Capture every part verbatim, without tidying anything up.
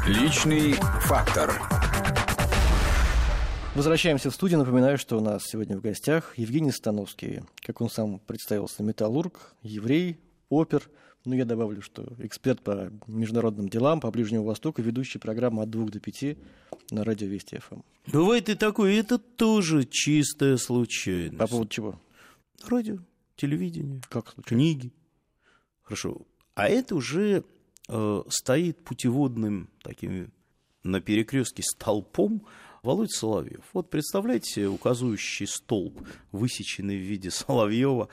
Личный фактор. Возвращаемся в студию. Напоминаю, что у нас сегодня в гостях Евгений Становский. Как он сам представился, металлург, еврей, опер. Ну, я добавлю, что эксперт по международным делам, по Ближнему Востоку, ведущий программу «От двух до пяти» на радио Вести ФМ. Бывает и такое, это тоже чистая случайность. По поводу чего? Радио, телевидение, как случайно? Книги. Хорошо. А это уже э, стоит путеводным таким на перекрестке столпом Володя Соловьев. Вот представляете себе указывающий столб, высеченный в виде Соловьева.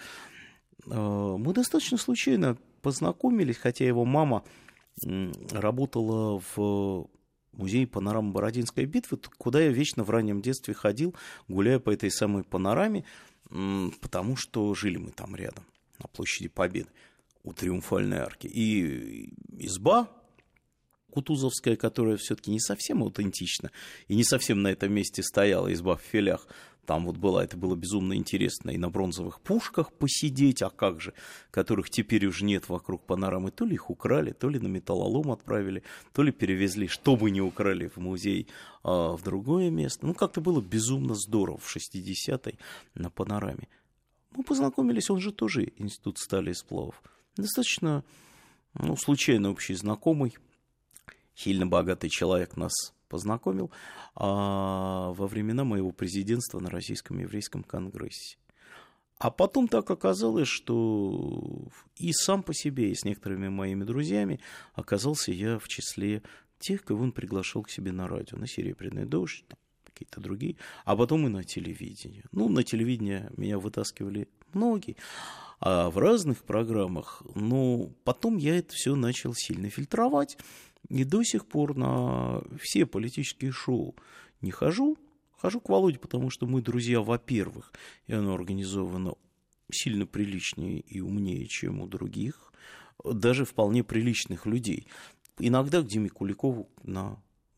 Э, мы достаточно случайно познакомились, хотя его мама э, работала в музее панорамы Бородинской битвы, куда я вечно в раннем детстве ходил, гуляя по этой самой панораме, э, потому что жили мы там рядом, на площади Победы, у Триумфальной арки. И изба кутузовская, которая все-таки не совсем аутентична и не совсем на этом месте стояла, изба в филях, там вот была, это было безумно интересно, и на бронзовых пушках посидеть, а как же, которых теперь уже нет вокруг панорамы, то ли их украли, то ли на металлолом отправили, то ли перевезли, чтобы не украли в музей, а в другое место. Ну, как-то было безумно здорово в шестидесятой на панораме. Мы познакомились, он же тоже институт стали и сплавов. Достаточно, ну, случайно общий знакомый, сильно богатый человек нас познакомил а, во времена моего президентства на Российском еврейском конгрессе. А потом так оказалось, что и сам по себе, и с некоторыми моими друзьями оказался я в числе тех, кого он приглашал к себе на радио, на «Серебряный дождь», там, какие-то другие, а потом и на телевидение. Ну, на телевидение меня вытаскивали многие, а в разных программах. Но потом я это все начал сильно фильтровать. И до сих пор на все политические шоу не хожу. Хожу к Володе, потому что мы друзья, во-первых, и оно организовано сильно приличнее и умнее, чем у других, даже вполне приличных людей. Иногда к Диме Куликову на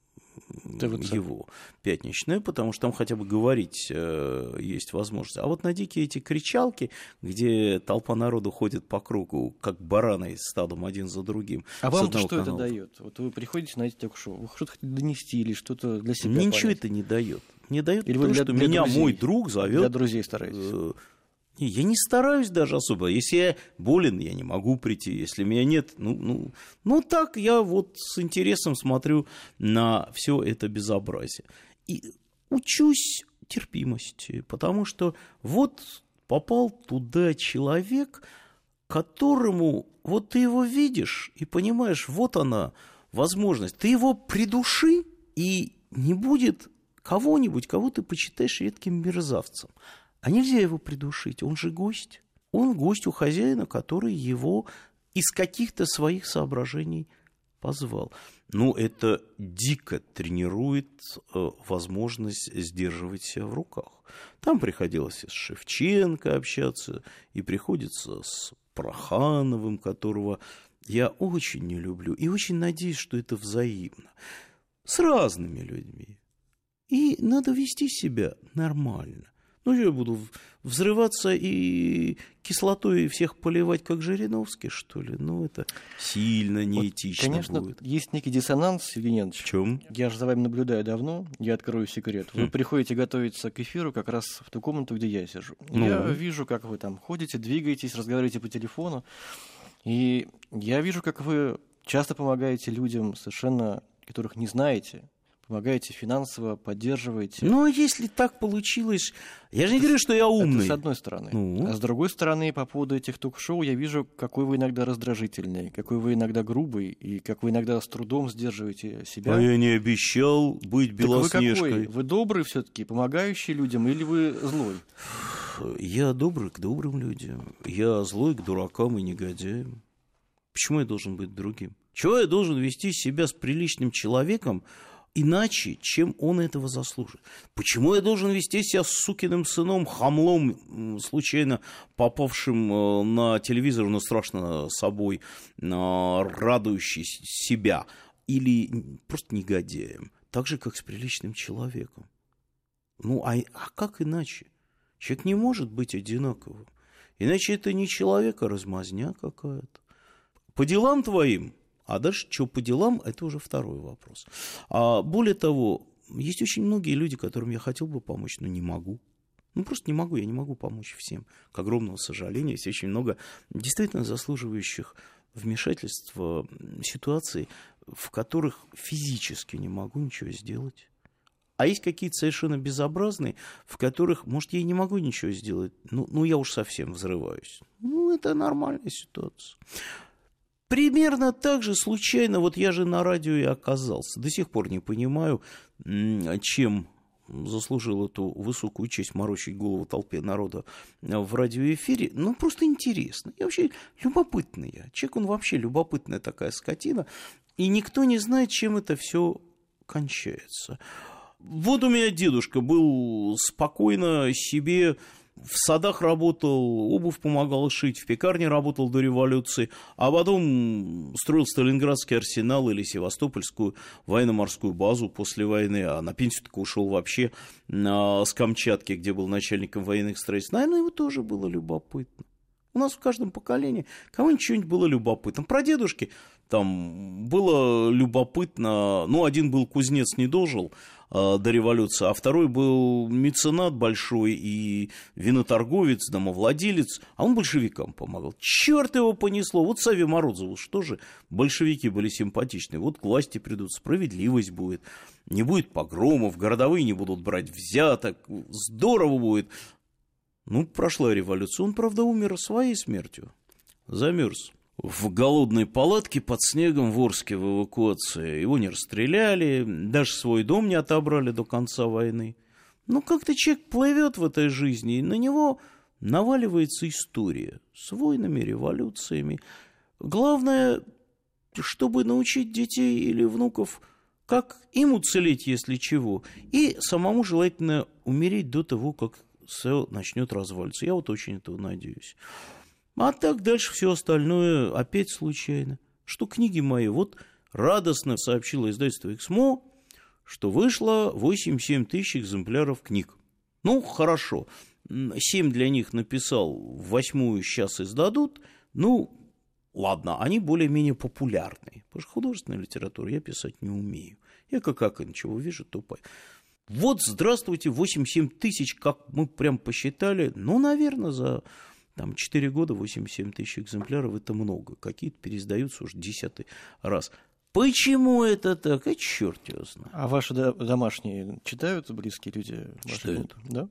его пятничное, потому что там хотя бы говорить э, есть возможность. А вот на дикие эти кричалки, где толпа народу ходит по кругу, как бараны стадом один за другим. А вам что канала. Это дает? Вот вы приходите на эти ток-шоу, вы что-то хотите донести или что-то для себя Ничего понять? Это не дает. Не дает или то, для, что для меня друзей, мой друг зовет. Для друзей стараетесь. Э, не, я не стараюсь даже особо. Если я болен, я не могу прийти. Если меня нет, ну, ну, ну так я вот с интересом смотрю на все это безобразие. И учусь терпимости, потому что вот попал туда человек, которому вот ты его видишь и понимаешь, вот она возможность. Ты его придуши, и не будет кого-нибудь, кого ты почитаешь редким мерзавцем. А нельзя его придушить, он же гость. Он гость у хозяина, который его из каких-то своих соображений позвал. Ну, это дико тренирует э, возможность сдерживать себя в руках. Там приходилось с Шевченко общаться, и приходится с Прохановым, которого я очень не люблю, и очень надеюсь, что это взаимно. С разными людьми. И надо вести себя нормально. Ну, я буду взрываться и кислотой всех поливать, как Жириновский, что ли? Ну, это сильно неэтично вот, конечно, будет. Есть некий диссонанс, Евгений Иванович. В чем? Я же за вами наблюдаю давно, я открою секрет. Вы хм. приходите готовиться к эфиру как раз в ту комнату, где я сижу. Ну. Я вижу, как вы там ходите, двигаетесь, разговариваете по телефону. И я вижу, как вы часто помогаете людям, совершенно которых не знаете. Помогаете финансово, поддерживаете. Ну, а если так получилось... Я же не это, говорю, что я умный. Это с одной стороны. Ну. А с другой стороны, по поводу этих ток-шоу, я вижу, какой вы иногда раздражительный, какой вы иногда грубый, и как вы иногда с трудом сдерживаете себя. А я не обещал быть Белоснежкой. Так вы какой? Вы добрый все-таки, помогающий людям, или вы злой? Я добрый к добрым людям. Я злой к дуракам и негодяям. Почему я должен быть другим? Чего я должен вести себя с приличным человеком, иначе, чем он этого заслужит? Почему я должен вести себя с сукиным сыном, хамлом, случайно попавшим на телевизор, но страшно собой, радующий себя, или просто негодяем, так же, как с приличным человеком? Ну, а, а как иначе? Человек не может быть одинаковым. Иначе это не человек, а размазня какая-то. По делам твоим А дальше, что по делам, это уже второй вопрос. А более того, есть очень многие люди, которым я хотел бы помочь, но не могу. Ну, просто не могу, я не могу помочь всем. К огромному сожалению, есть очень много действительно заслуживающих вмешательства ситуаций, в которых физически не могу ничего сделать. А есть какие-то совершенно безобразные, в которых, может, я и не могу ничего сделать, ну, ну я уж совсем взрываюсь. Ну, это нормальная ситуация. Примерно так же случайно, вот я же на радио и оказался. До сих пор не понимаю, чем заслужил эту высокую честь морочить голову толпе народа в радиоэфире. Ну, просто интересно. Я вообще любопытный. Я. Человек, он вообще любопытная такая скотина. И никто не знает, чем это все кончается. Вот у меня дедушка был спокойно себе... В садах работал, обувь помогал шить, в пекарне работал до революции, а потом строил Сталинградский арсенал или Севастопольскую военно-морскую базу после войны, а на пенсию так ушел вообще а, с Камчатки, где был начальником военных строительств. Наверное, его тоже было любопытно. У нас в каждом поколении кому-нибудь что-нибудь было любопытно. Про дедушки там было любопытно. Ну, один был кузнец, не дожил э, до революции, а второй был меценат большой и виноторговец, домовладелец, а он большевикам помогал. Черт его понесло. Вот Саве Морозову, что же, большевики были симпатичны. Вот к власти придут, справедливость будет, не будет погромов, городовые не будут брать взяток, здорово будет. Ну, прошла революция. Он, правда, умер своей смертью. Замерз. В голодной палатке под снегом в Орске в эвакуации. Его не расстреляли, даже свой дом не отобрали до конца войны. Ну, как-то человек плывет в этой жизни, и на него наваливается история с войнами, революциями. Главное, чтобы научить детей или внуков, как им уцелеть, если чего, и самому желательно умереть до того, как все начнет разваливаться. Я вот очень этого надеюсь. А так дальше все остальное опять случайно. Что книги мои, вот радостно сообщило издательство «Эксмо», что вышло восемьдесят семь тысяч экземпляров книг. Ну, хорошо. семь для них написал, восьмую сейчас издадут. Ну, ладно, они более-менее популярные. Потому что художественную литературу я писать не умею. Я как как ничего вижу, тупо. Вот, здравствуйте, восемьдесят семь тысяч, как мы прям посчитали. Ну, наверное, за там, четыре года восемьдесят семь тысяч экземпляров – это много. Какие-то переиздаются уже десятый раз. Почему это так? А черт его знает. А ваши домашние читают, близкие люди? Читают. Да?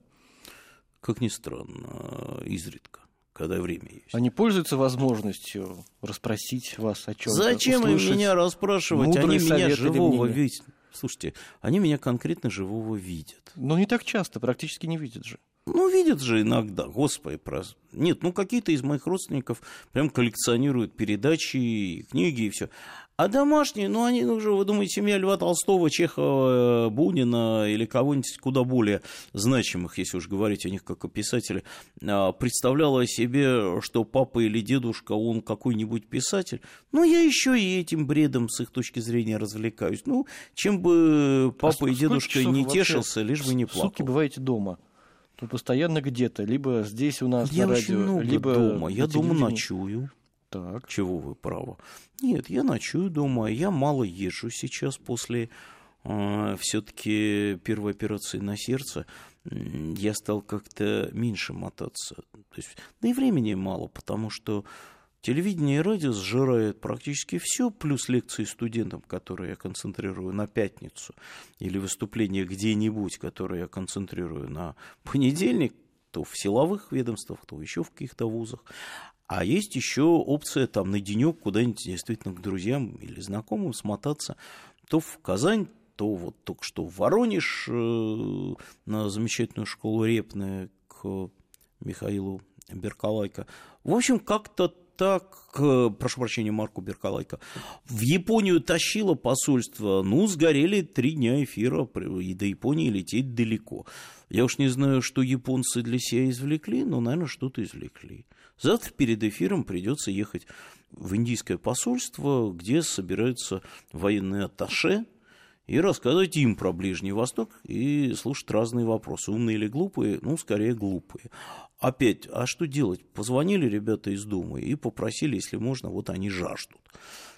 Как ни странно, изредка, когда время есть. Они пользуются возможностью расспросить вас о чем-то? Зачем им меня расспрашивать? Они меня живого видят. Слушайте, они меня конкретно живого видят. Но не так часто, практически не видят же. Ну, видят же иногда, господи, просто. Нет, ну, какие-то из моих родственников прям коллекционируют передачи, книги и все. А домашние, ну, они уже, вы думаете, семья Льва Толстого, Чехова, Бунина или кого-нибудь куда более значимых, если уж говорить о них как о писателе, представляла себе, что папа или дедушка, он какой-нибудь писатель. Ну, я еще и этим бредом с их точки зрения развлекаюсь. Ну, чем бы папа а и дедушка не тешился, лишь бы не плакал. Сутки бываете дома? Вы постоянно где-то, либо здесь у нас я на радио, много либо дома. Я дома телевидении. ночую. Так. Чего вы правы? Нет, я ночую дома. Я мало езжу сейчас после э, все-таки первой операции на сердце. Я стал как-то меньше мотаться. То есть, да и времени мало, потому что телевидение и радио сжирает практически все, плюс лекции студентам, которые я концентрирую на пятницу, или выступления где-нибудь, которые я концентрирую на понедельник, то в силовых ведомствах, то еще в каких-то вузах. А есть еще опция там на денек куда-нибудь действительно к друзьям или знакомым смотаться то в Казань, то вот только что в Воронеж э, на замечательную школу Репная к Михаилу Беркалайко. В общем, как-то так, прошу прощения, Марку Беркалайко, в Японию тащило посольство, ну, сгорели три дня эфира, и до Японии лететь далеко. Я уж не знаю, что японцы для себя извлекли, но, наверное, что-то извлекли. Завтра перед эфиром придется ехать в индийское посольство, где собираются военные атташе, и рассказывать им про Ближний Восток и слушать разные вопросы. Умные или глупые? Ну, скорее, глупые. Опять, а что делать? Позвонили ребята из Думы и попросили, если можно, вот они жаждут.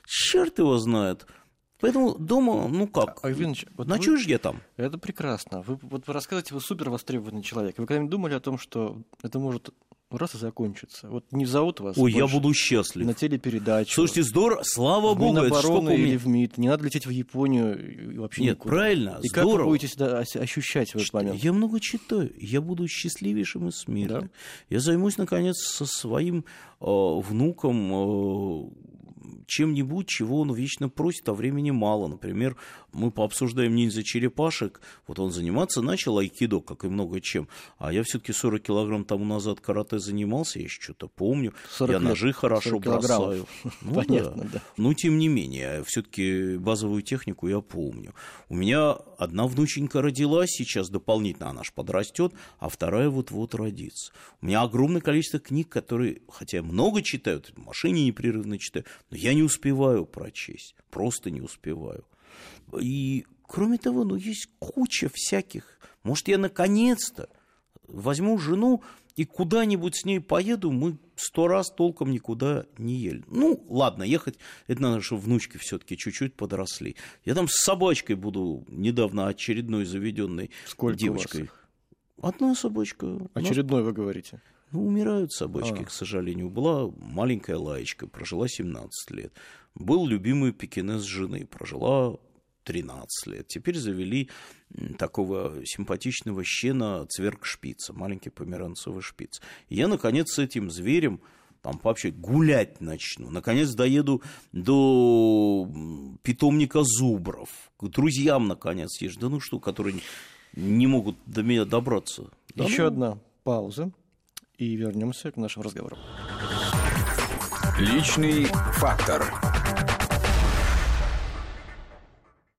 черт его знает. Поэтому дома, ну как, а, Евгений, вот ночуешь я там? Это прекрасно. Вы, вот вы рассказываете, вы супер востребованный человек. Вы когда-нибудь думали о том, что это может раз и закончиться? Вот не зовут вас Ой, я буду счастлив. На телепередачу. Слушайте, здорово, слава в богу, это Минобороны сколько у меня... или в МИД. Не надо лететь в Японию и вообще Нет, никуда. правильно, и здорово. как вы будете себя ощущать в этот момент? Я много читаю, я буду счастливейшим из мира. Да? Я займусь, наконец, со своим э, внуком э, чем-нибудь, чего он вечно просит, а времени мало. Например, мы пообсуждаем ниндзя-черепашек. Вот он заниматься начал айкидо, как и много чем. А я все-таки сорок килограмм тому назад карате занимался, я еще что-то помню. Я ножи хорошо бросаю. Ну, понятно, да. да. Но тем не менее, все-таки базовую технику я помню. У меня одна внученька родилась сейчас дополнительно, она ж подрастет, а вторая вот-вот родится. У меня огромное количество книг, которые, хотя я много читаю, в машине непрерывно читаю, но я не успеваю прочесть, просто не успеваю. И, кроме того, ну, есть куча всяких. Может, я наконец-то возьму жену и куда-нибудь с ней поеду, мы сто раз толком никуда не ели. Ну, ладно, ехать, это надо, чтобы внучки все-таки чуть-чуть подросли. Я там с собачкой буду, недавно очередной заведенной Сколько девочкой. У вас? Одна собачка. Очередной, вы говорите? Ну, умирают собачки, а. к сожалению. Была маленькая Лаечка, прожила семнадцать лет. Был любимый пекинес жены, прожила тринадцать лет. Теперь завели такого симпатичного щена цверг-шпица, маленький померанцевый шпиц. И я, наконец, с этим зверем там вообще гулять начну. Наконец доеду до питомника зубров. К друзьям, наконец, езжу. Да ну что, которые не могут до меня добраться. Да Еще ну... одна пауза. И вернемся к нашему разговору. Личный фактор.